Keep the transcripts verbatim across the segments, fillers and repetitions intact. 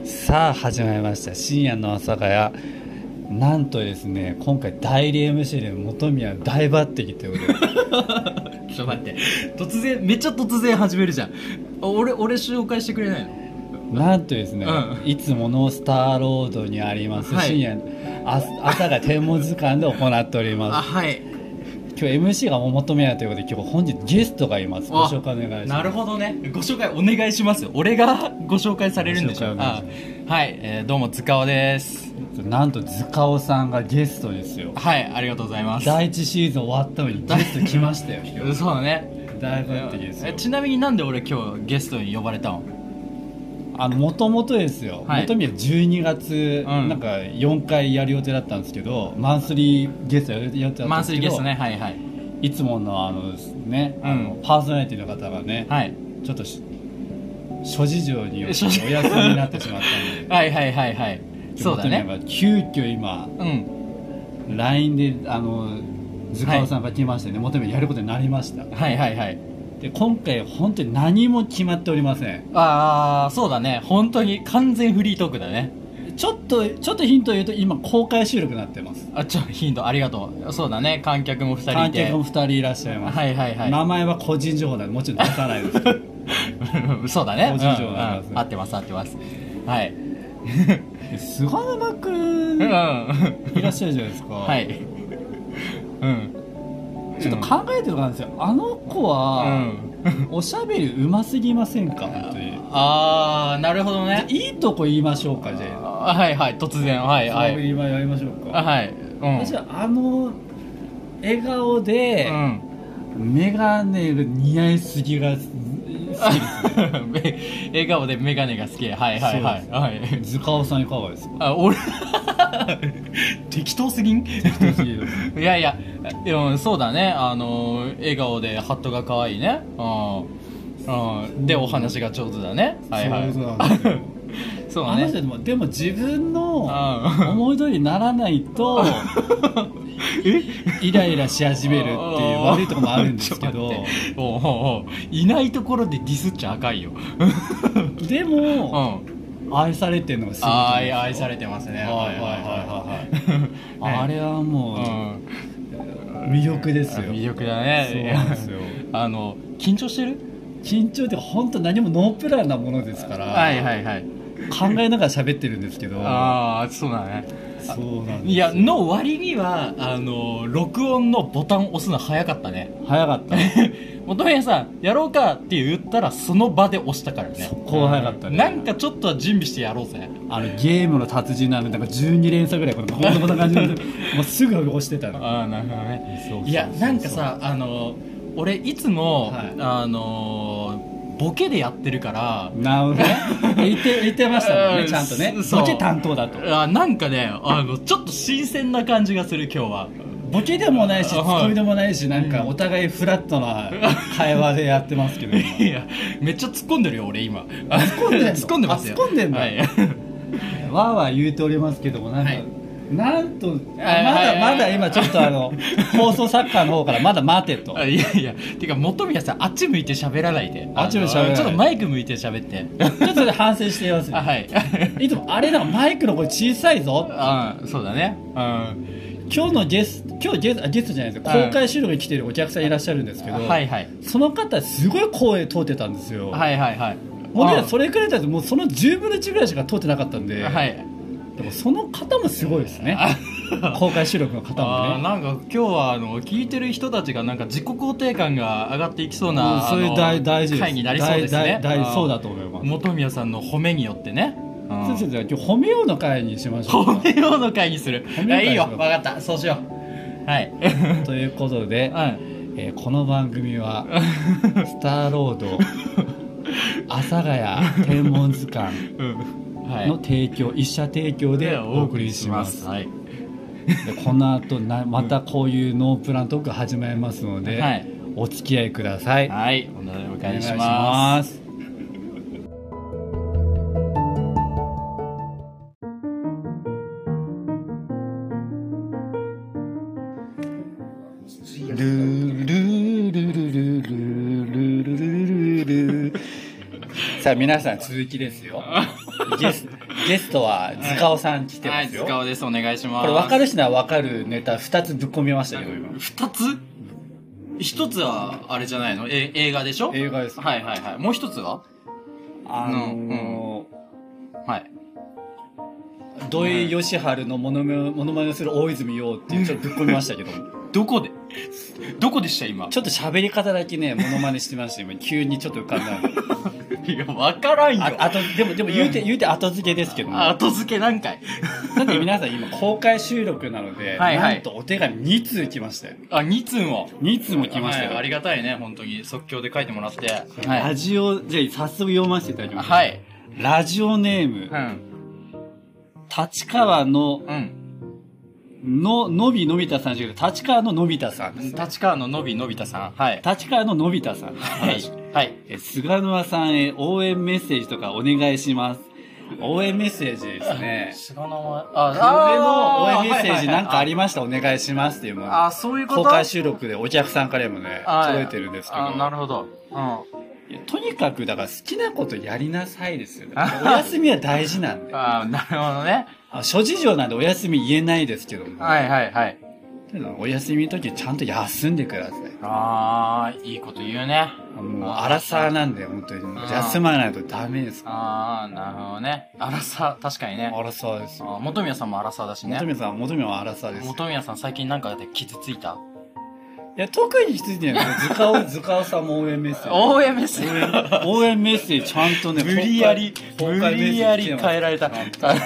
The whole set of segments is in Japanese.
さあ始まりました深夜の阿佐ヶ谷。なんとですね、今回代理 エムシー で本宮大抜擢ということでちょっと待って、突然めっちゃ突然始めるじゃん。俺俺紹介してくれないの？ なんとですね、 うん、 いつもノースターロードにあります、はい、深夜阿佐ヶ谷天文図鑑で行っております。 あ、はい。 今日 エムシー が本宮ということで、今日本日ゲストがいます。ご紹介お願いします。 なるほどね、ご紹介お願いします。俺がご紹介されるんでしょう。あ、はい、えー、どうも塚尾です。 なんと塚尾さんがゲストですよ。 はい、ありがとうございます。 だいいちシーズン終わったのにゲスト来ましたよそうだね、 大抜擢ですよ。 ちなみになんで俺今日ゲストに呼ばれたの？ あのもともとですよ、 はい、 本宮じゅうにがつ、うん、なんかよんかいやる予定だったんですけど、マンスリーゲストやる予定だったんですけど、 マンスリーゲストね、はいはい、 いつものあのね、うん、あのパーソナリティの方がね、はい、ちょっと諸事情によってお休みになってしまったのではいはいはいはい、そうだね、 急遽今、うん、ライン であの塚尾さんが来ましてね、求めやることになりました。 はいはいはい。 で今回本当に何も決まっておりません。 ああ、そうだね、本当に完全フリートークだね。 ちょっとちょっとヒントを言うと、今公開収録になってます。 あ、ちょヒントありがとう。そうだね、観客もふたりいて、 観客もふたりいらっしゃいます。 はいはいはい。 名前は個人情報なのでもちろん出さないですそうだね、 個人情報になります、ね、 うん、合ってます合ってます。はい。 菅沼くんいらっしゃるじゃないですか。はい。うん。ちょっと考えてる感じですよ。あの子は、うん、おしゃべりうますぎませんか？本当に。 ああ、なるほどね。 いいとこ言いましょうか、じゃあ。 はいはい、突然、はいはい。 今やりましょうか。 はい。 うん、私はあの笑顔で、うん、メガネが似合いすぎが好きですね。笑顔でメガネが好き。はいはいはい。はい、 塚尾さんいかがですか？ あ、俺適当すぎん？適当すぎる。いやいや、でもそうだね、あの笑顔でハットが可愛いね。うんうん、でお話が上手だね。はいはい。そうなんですよ。そうだね。 でもでも自分の思い通りにならないとイライラし始めるっていう悪いところもあるんですけど、 おうおう、いないところでディスっちゃあかんよ。 でも、うん、愛されてるのがすごい。 あ、愛されてますね。はいはいはいはい。あれはもう、うん、魅力ですよ。 魅力だね。 そうなんですよ。 あの緊張してる？ 緊張って本当何もノープランなものですから。はいはいはい。考えながら喋ってるんですけど。 ああ、そうだね。 そうなんです。 いやの割にはあの録音のボタン押すの早かったね。 早かった。 元宮さんやろうかって言ったらその場で押したからね。 そこは早かったね。 なんかちょっとは準備してやろうぜ。 あのゲームの達人なんで、なんかじゅうに連鎖ぐらいこのこんな感じでもうすぐ押してたの。 ああ、なるほどね。そうそうそうそう。いやなんかさ、あの俺いつも、はい、あのボケでやってるから。 なるほどね。言って言ってましたもんね、ちゃんとね。ボケ担当だと。 あ、なんかね、あのちょっと新鮮な感じがする今日は。 ボケでもないしツッコミでもないし、なんかお互いフラットな会話でやってますけど。 いやめっちゃ突っ込んでるよ俺今。 突っ込んでんの？ 突っ込んでますよ。 突っ込んでんだ。はい、わーわー言うておりますけども、なんか、はい、なんとまだまだ今ちょっとあの放送作家の方からまだ待てと。 いやいや、てか本宮さんあっち向いて喋らないで。 あっち向いて喋らない。 ちょっとマイク向いて喋って。 ちょっと反省しています。はい。いつもあれなんかマイクの声小さいぞ。 ああ、そうだね。うん。 今日のゲスト、今日ゲスト、ゲストじゃないですか、公開収録に来てるお客さんいらっしゃるんですけど、はいはい、その方すごい声通ってたんですよ。はいはいはい。もうそれくらいだともうそのじゅうぶんのいちぐらいしか通ってなかったんで、はい、でもその方もすごいですね。公開収録の方もね。 あ、なんか今日はあの聞いてる人たちがなんか自己肯定感が上がっていきそうな、 そういう大大事回になりそうですね。 大そうだと思います。 本宮さんの褒めによってね。 そうそうそう、今日褒めようの会にしましょう。 褒めようの会にする。いいよ、分かった、そうしよう。はい。 ということで、うん、えー、この番組はスターロード阿佐ヶ谷天文図鑑の提供、一社提供でお送りします。はい、でこの後なまたこういうノープラントーク始まりますので、はい、お付き合いください。 はい、お願いします。 ルールールルルルルルルルルル。さあ皆さん続きですよ。ゲスゲストは塚尾さん来てますよ。 はい、塚尾です。お願いします。 これ分かる人は分かるネタふたつぶっ込みましたけど、今。 ふたつひとつは、あれじゃないのえ映画でしょ？ 映画です。 はいはいはい。もうひとつはあのー、 うん、はい。 土井善晴のモノマネをする大泉洋っていうちょっとぶっ込みましたけど。 どこでどこでした今。 ちょっと喋り方だけね、モノマネしてました。今、急にちょっと浮かんだんで。いや、わからんよ。 あ、あと、でも、でも言うて、言うて後付けですけども。 後付け何回だって皆さん今公開収録なので、はいはい、なんとお手紙に通来ましたよ。 あ、に通も ? に 通も来ましたよ、 はい。ありがたいね、本当に。即興で書いてもらって。 はい、ラジオ、じゃあ早速読ませていただきます。 はい。 ラジオネーム。うん。立川の、うん。の、のびのび太さんじゃなくて、立川ののび太さんです。 立川ののびのび太さん。はい。 立川ののび太さん。 はい。はい。 え、菅沼さんへ応援メッセージとかお願いします。応援メッセージですね。 菅沼、 あ、上の応援メッセージなんかありました、お願いしますっていうもの。 あ、そういうこと？ 公開収録でお客さんからもね、届いてるんですけど。 あ、なるほど。うん。 とにかく、だから好きなことやりなさいですよね。お休みは大事なんで。 ああ、なるほどね。 諸事情なんでお休み言えないですけども。 はいはいはい。 お休みの時ちゃんと休んでください。 ああ、いいこと言うね。 もう、アラサーなんで、本当に。休まないとダメです。 ああ、なるほどね。アラサー、確かにね。 アラサーですよ。 本宮さんもアラサーだしね。 本宮さん、本宮はアラサーです。 本宮さん最近なんかで傷ついた？ いや、特にきついんじゃないですか。図鑑を、図鑑さんも応援メッセージ。 応援メッセージ。応援メッセージ、ちゃんとね、 無理やり、無理やり変えられた。い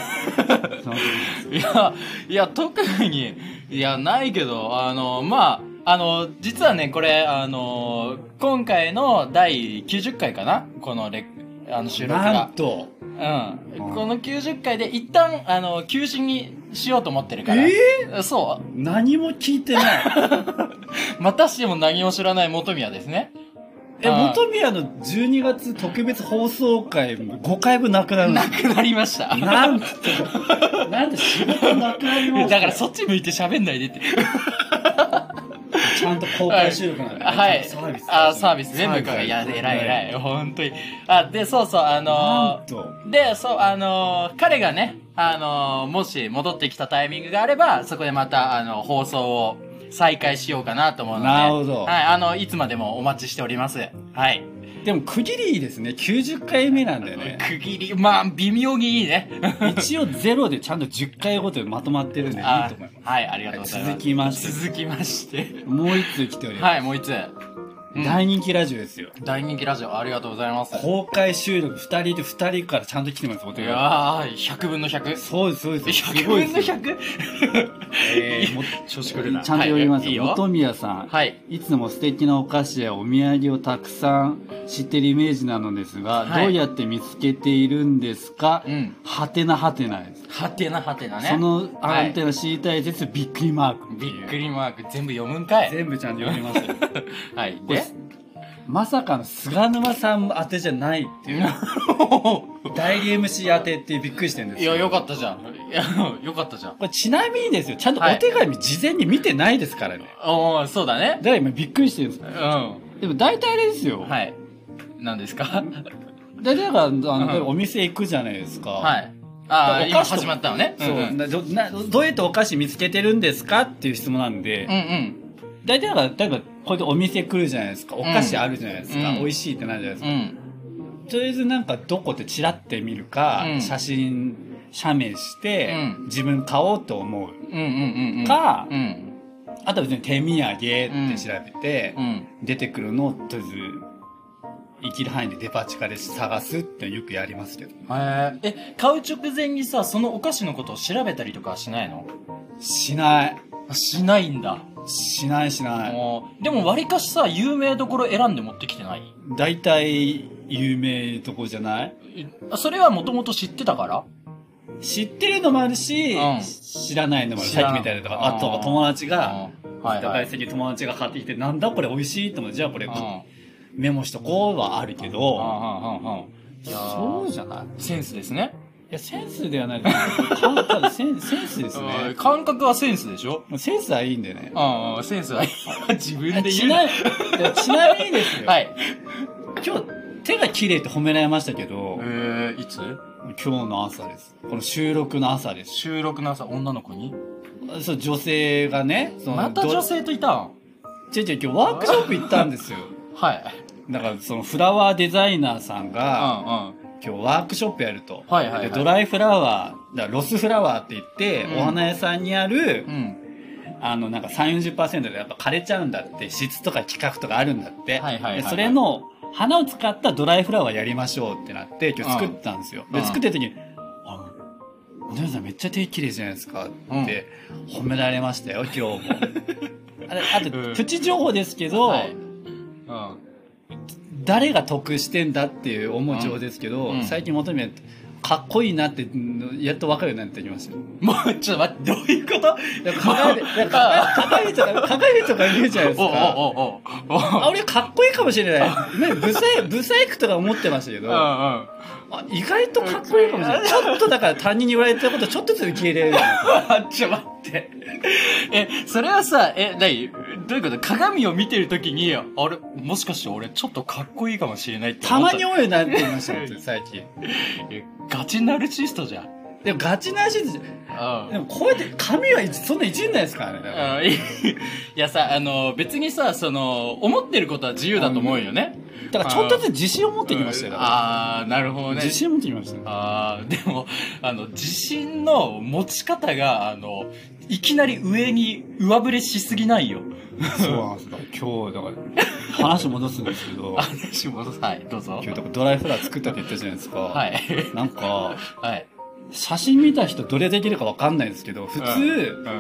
や、いや、特に、いや、ないけど、あの、まあ、あの、実はね、これ、あの、今回のだいきゅうじゅっかいかなこのレ、あの収録が。 なんと。 うん。このきゅうじゅっかいで一旦、あの、休止にしようと思ってるから。 えー、 そう。 何も聞いてない。 またしても何も知らない本宮ですね。 え、本宮のじゅうにがつ特別放送回ごかいぶんなくなるなくなりました。 なんて、なんで仕事なくなりました。 だからそっち向いて喋んないでって。 ちゃんと公開収録なんで、ね。 はい。 サービス。 あ、サービス全部か。いや、偉い偉い。本当に。あ、で、そうそう、あのー、で、そう、あのー、彼がね、あのー、もし戻ってきたタイミングがあれば、そこでまた、あの、放送を再開しようかなと思うので。 なるほど。 はい、あの、いつまでもお待ちしております。はい。 でも区切りいいですね。きゅうじゅっかいめなんだよね。 区切り、まあ、微妙にいいね。 一応ゼロでちゃんとじゅっかいごとでまとまってるんでいいと思います。 はい、ありがとうございます。 続きまして。 続きまして。 もう一通来ております。 はい、もう一通。 大人気ラジオですよ。 大人気ラジオ、ありがとうございます。 公開収録ふたりでふたりからちゃんと来てます、 いやー、ひゃくぶんのひゃく。 そうです、そうです。 ひゃくぶんのひゃく？ えー、も調子くるな。 ちゃんと読みますよ。 はい、 本宮さん。 はい。 いつも素敵なお菓子やお土産をたくさん知ってるイメージなのですが、はい、どうやって見つけているんですか？うん。はてなはてなです。 はてなはてなね。 そのアンテナ知りたいです。びっくりマーク。 びっくりマーク。全部読むんかい。 全部ちゃんと読みますよ。 はい。でまさかの菅沼さん当てじゃないっていう。代理 エムシー 当てってびっくりしてるんですよ。 いや、よかったじゃん。いや、よかったじゃん。 これちなみにですよ、ちゃんとお手紙事前に見てないですからね。 おー、そうだね。 だから今びっくりしてるんですよ。うん。でも大体あれですよ。 はい。何ですか？ 大体だから、あの、お店行くじゃないですか。 はい。ああ、今始まったのね。 そう。どどうやってお菓子見つけてるんですかっていう質問なんで。 うんうん。 大体だから、例えば、こうやってお店来るじゃないですか。お菓子あるじゃないですか。美味しいってなるじゃないですか。とりあえずなんかどこってチラって見るか、写真、写メして、自分買おうと思う。か、あとは別に手土産って調べて、出てくるのをとりあえず、生きる範囲でデパ地下で探すってよくやりますけど。 へえ、買う直前にさ、そのお菓子のことを調べたりとかはしないの？ しない。 しないんだ。 しないしない。 でも割かしさ、有名どころ選んで持ってきてない？ 大体、有名どころじゃない？ それはもともと知ってたから？ 知ってるのもあるし、うん、知らないのもある。さっきみたいなとか、あとは友達が、高い席友達が買ってきて、なんだこれ美味しいと思って、じゃあこれ、メモしとこうはあるけど、そうじゃない？ センスですね。 いや、センスではないですセン。センスですね。 感覚はセンスでしょ？ センスはいいんでね。 ああ、センスはいい。自分で言う。 ちなみに、ちなみにですよ。 はい。 今日、手が綺麗って褒められましたけど。 えー、いつ？ 今日の朝です。この収録の朝です。 収録の朝、女の子にそう、女性がね、そのまた女性といたん？ 違う違う、今日ワークショップ行ったんですよ。 はい。 だからそのフラワーデザイナーさんが、 うんうん、 今日ワークショップやると。 はいはいはい、 でドライフラワー、だからロスフラワーって言って、うん、お花屋さんにある、うん、あの、なんかさんじゅう、よんじゅっパーセント でやっぱ枯れちゃうんだって、質とか規格とかあるんだって。はいはいはいはい、でそれの、花を使ったドライフラワーやりましょうってなって、今日作ったんですよ。うん、で、作ってる時に、あの、お姉さんめっちゃ手綺麗じゃないですかって褒められましたよ、今日も。あれ、あと、プチ情報ですけど、はい、うん、誰が得してんだっていう思う情報ですけど、うん、最近求めて、かっこいいなって、やっと分かるようになってきましたよ。 もう、ちょっと待って、どういうこと？ 鏡、鏡とか、鏡とか言うじゃないですか。おおおおあ、俺かっこいいかもしれない。ね、ブサイ、ブサイクとか思ってましたけど、あ、意外とかっこいいかもしれない。ちょっとだから他人に言われたことちょっとずつ受け入れる。 ちょ、待って。え、それはさ、え、なに、どういうこと？鏡を見てるときに、あれ、もしかして俺ちょっとかっこいいかもしれないって思った。たまに多いなって言いましたよ、最近。 ガチナルシストじゃん。 でもガチナルシストじゃん。でもこうやって髪はそんないじんないですからね。 いやさ、あの、別にさ、その、思ってることは自由だと思うよね。 だからちょっとずつ自信を持ってきましたよ。 ああ、なるほどね。 自信を持ってきました。 ああ、でも、あの、自信の持ち方が、あの、いきなり上に上振れしすぎないよ。 そうなんですか。今日、だから、話戻すんですけど。 話戻す。はい、どうぞ。 今日、だからドライフラワー作ったって言ったじゃないですか。 はい。 なんか、 はい。 写真見た人どれできるかわかんないんですけど、普通、うん、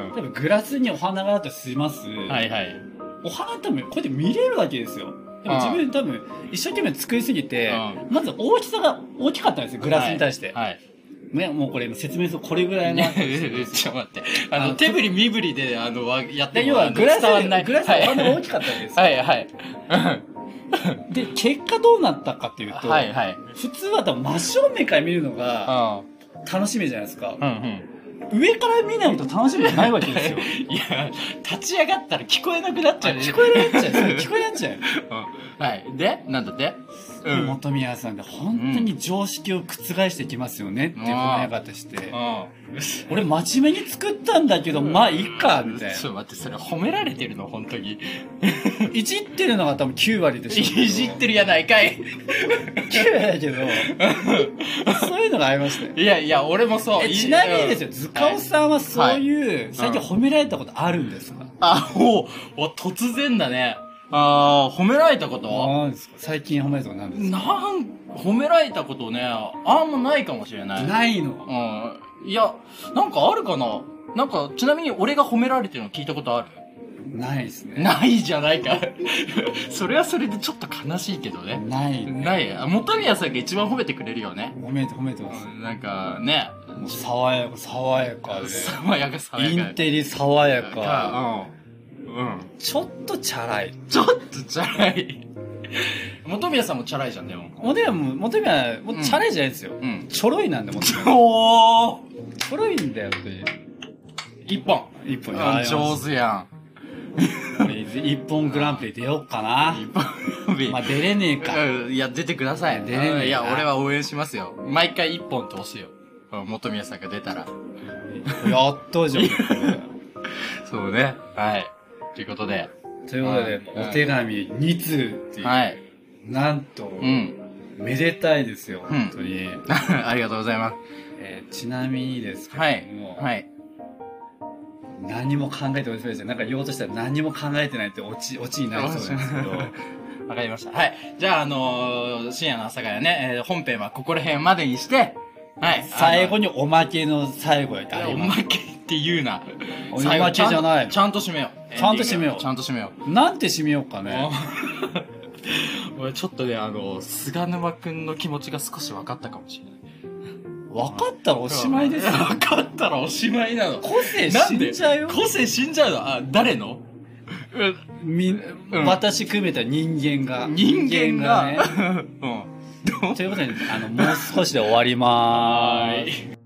多分グラスにお花があるとします。 はいはい。 お花多分こうやって見れるわけですよ。でも自分多分一生懸命作りすぎて、うん、まず大きさが大きかったんですよ、グラスに対して。はい。はいね、もうこれ説明するとこれぐらいの。ちょっと待って。あの、手振り身振りで、あの、やってるのはグラス、グラスのお花が大きかったわけですよ。 はいはい。 で、結果どうなったかっていうと、はいはい、普通は多分真正面から見るのが楽しみじゃないですか。うんうん、上から見ないと楽しみじゃないわけですよ。 いや、立ち上がったら聞こえなくなっちゃう、ね。 聞こえなくなっちゃう。聞こえなっちゃう。 うん、はい。で、なんだってうん、本宮さんで本当に常識を覆してきますよねっていう褒め方して、うん、俺真面目に作ったんだけど、まあいいかみたいな。 ちょっと待って、それ褒められてるの本当に。 いじってるのが多分きゅうわりでしょ。 いじってるやないかい。 きゅうわりだけど、そういうのがありましたよ。 いやいや、俺もそう。 ちなみにですよ、塚尾さんはそういう、最近褒められたことあるんですか？ あ、おお、突然だね。ああ、褒められたこと何ですか？最近褒められたこと何ですか？ なん、褒められたことね、あんまないかもしれない。 ないの？ うん。いや、なんかあるかな？なんか、ちなみに俺が褒められてるの聞いたことある？ ないですね。 ないじゃないか。それはそれでちょっと悲しいけどね。 ない、ね。 ない。本宮さんが一番褒めてくれるよね。 褒めて、褒めてます。 なんか、ね。 爽やか、爽やかで。 爽やか、爽やか。 インテリ爽やか。 うん。うん。 ちょっとチャラい。 ちょっとチャラい。本宮さんもチャラいじゃん、でも。 本宮も、本宮、もうチャラいじゃないですよ。うん。ちょろいなんで、本宮。 おーちょろいんだよって。 一本。 一本。 上手やん。 一本グランプリ出ようかな。一本グランプリ。まあ出れねえか。 いや、出てください。出れねえ。いや、俺は応援しますよ。毎回一本って押すよ。本宮さんが出たら。 やっとじゃん。 そうね。はい。ということで。 ということで、お手紙に通っていう。はい。なんと、うん。めでたいですよ、本当に。 ありがとうございます。 えー、ちなみにですけども、 はい。 何も考えておりそうですよ。なんか言おうとしたら何も考えてないってオチ、オチになりそうなんですけど。 わかりました。はい。じゃあ、あのー、深夜の朝がやね、えー、本編はここら辺までにして、はい。 最後におまけの最後やっておまけって言うな。 おまけじゃない。 ちゃんと締めよう。ちゃんと締めよう。 ちゃんと締めよう。なんて締めようかね。 俺ちょっとね、あの、菅沼くんの気持ちが少し分かったかもしれない。 分かったらおしまいですよ。 分かったらおしまいなの。 個性死んじゃうよ。 個性死んじゃうの？あ、誰の？ み、うん、私含めた人間が。 人間がね。 うん。ということで、あの、もう少しで終わりまーす。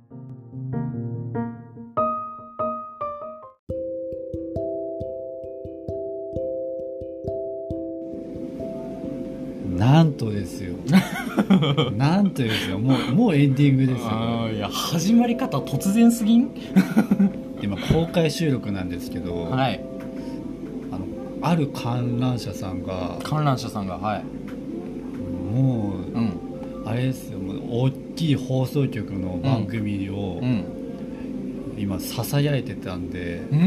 なんとですよなんとですよ、もう、もうエンディングですよ。 あ、いや始まり方突然すぎん今公開収録なんですけど、 はい、 あのある観覧車さんが観覧車さんがはいもう、 うん、 あれですよ、もう大きい放送局の番組を、うんうん、今ささやいてたんで、うんうん、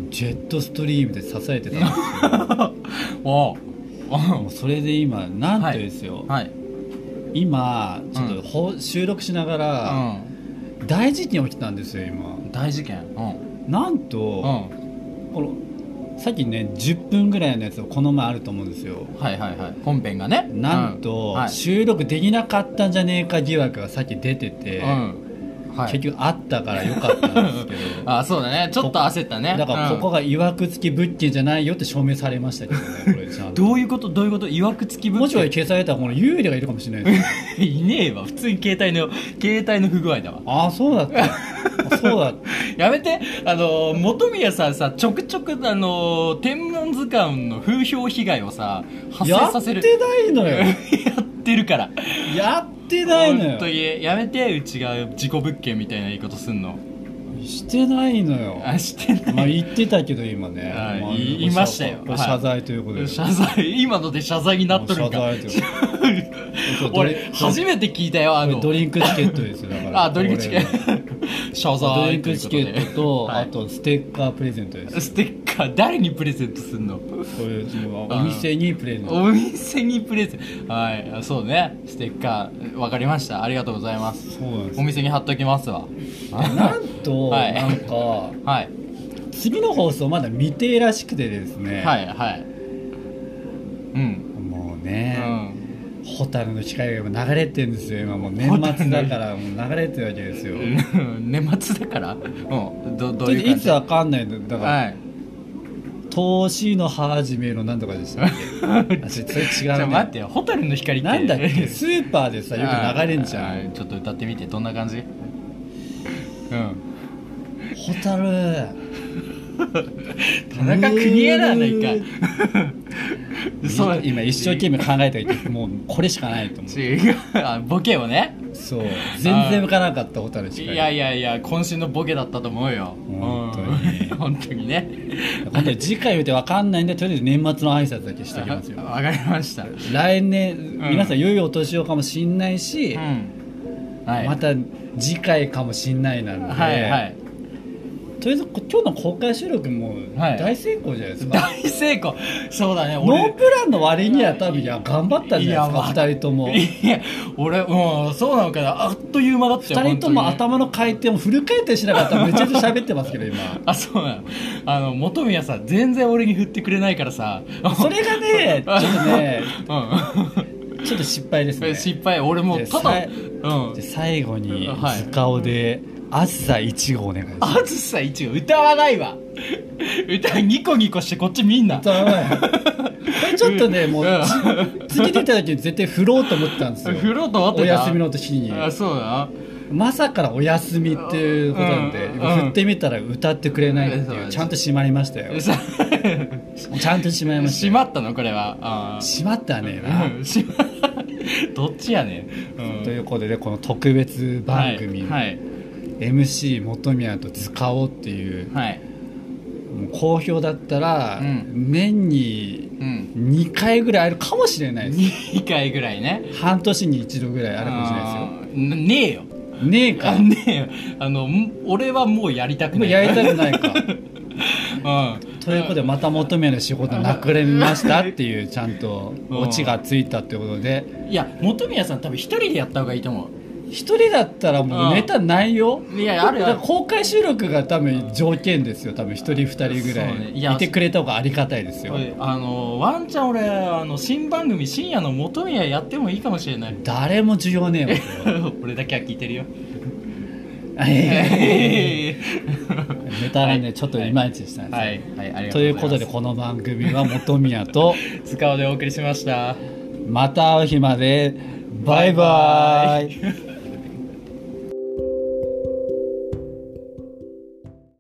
ジェットストリームで支えてたんですよおもうそれで今なんとですよ、はいはい、今ちょっと、うん、収録しながら、うん、大事件起きたんですよ今。 大事件、 うん、なんと、うん、このさっきねじゅっぷんぐらいのやつをこの前あると思うんですよ。 はいはいはい、本編がね。 なんと、うんはい、収録できなかったんじゃねえか疑惑がさっき出てて、うんはい、結局あったからよかったんですけどあ、そうだね、ちょっと焦ったね。 だからここがいわくつき物件じゃないよって証明されましたけどねこれちゃんとどういうことどういうこといわくつき物件。 もしこれ消されたらこの幽霊がいるかもしれないですいねえわ、普通に携帯の携帯の不具合だわ。 ああそうだったそうだやめて、あの本宮さんさ、ちょくちょくあの天文図鑑の風評被害をさ発生させる。 やってないのよやってるからやってないのよ。 ほんとやめて、うちが事故物件みたいな言い方すんの。 してないのよ。 あ、してない。 まあ言ってたけど今ね、 あまあ、言いましたよ。 謝罪ということで、はい、 謝罪、今ので謝罪になっとるんか。謝罪という俺初めて聞いたよ。あのドリンクチケットですよ。だからあ、ドリンクチケット謝罪。 ドリンクチケットと、はい、あとステッカープレゼントです。 ステッカー誰にプレゼントすんの。 こういうお店にプレゼント。 お店にプレゼント。はい、そうね、ステッカーわかりました。ありがとうございます。そうなんです。お店に貼っときますわ。 なんと、はい、なんか、はい、次の放送まだ未定らしくてですね。 はいはい。 うん。もうね。うん蛍の光が流れてるんですよ今。もう年末だからもう流れてるわけですよ年末だからうんどどういう感じ。 いつわかんないんだから、はい、年の初めのなんとかでしたっけあ、それ違うね。 ちょ待ってよ、蛍の光ってなんだっけスーパーでさよく流れんじゃん。 ちょっと歌ってみて、どんな感じ。うん蛍田中邦衛なんだいかそう今一生懸命考えたけどもうこれしかないと思う。 違う、あボケをね。 そう全然向かなかった蛍しか。 いやいやいや、渾身のボケだったと思うよ本当に本当にね。 今度次回見て分かんないんでとりあえず年末の挨拶だけしておきますよ。 わかりました。 来年、うん、皆さん良いお年をかもしんないし、うんはい、また次回かもしんないなんで、はいはいとりあえず今日の公開収録も大成功じゃないですか、 はい、大成功。そうだね。 ノープランの割には多分いや頑張ったんじゃないですかふたりとも。 いや俺もうそうなのかな、あっという間だったよ。 ふたりとも頭の回転もフル回転しなかったらめちゃくちゃ喋ってますけど今あ、そうなの。あの本宮さん全然俺に振ってくれないからさ、 それがねちょっとね、うん、ちょっと失敗ですね。 失敗。俺もただ、 うん、で最後に図顔で、うんあずさいちごお願いします。 あずさいちご歌わないわ歌ニコニコしてこっちみんな歌わないこれちょっとねもう、うん、次出た時に絶対振ろうと思ってたんですよ。 振ろうと思ってた。 お休みの時に。 あ、そうだ。 まさかのお休みっていうことなんで、うん、振ってみたら歌ってくれないっていう、うん、ちゃんと閉まりましたよちゃんと閉まりましたよ。 閉まったのこれは。あ閉まったねえな、うん、 どっちやねん、 うん、ということでこの特別番組、はいはいエムシー 本宮と使おうっていう、はい、もう好評だったら、うん、年ににかいぐらいあるかもしれないです。 にかいぐらいね。 半年に一度ぐらいあるかもしれないですよ。 ねえよ。 ねえか。 あねえよ。あの俺はもうやりたくない。 もうやりたくないか。うん、ということでまた求める仕事なくれましたっていうちゃんとオチがついたってことで、 いや本宮さん多分一人でやった方がいいと思う。 一人だったらもうネタないよ。 いやあるよ。 公開収録が多分条件ですよ。多分一人二人ぐらい、ね、い, いてくれた方がありがたいですよ。 あのワンチャン俺あの新番組深夜の本宮やってもいいかもしれない。 誰も需要ねえわ俺だけは聞いてるよネタがね、はい、ちょっといまいちでしたね、 はいはいはい、 ということでこの番組は本宮と塚尾でお送りしました。 また会う日までバイバイ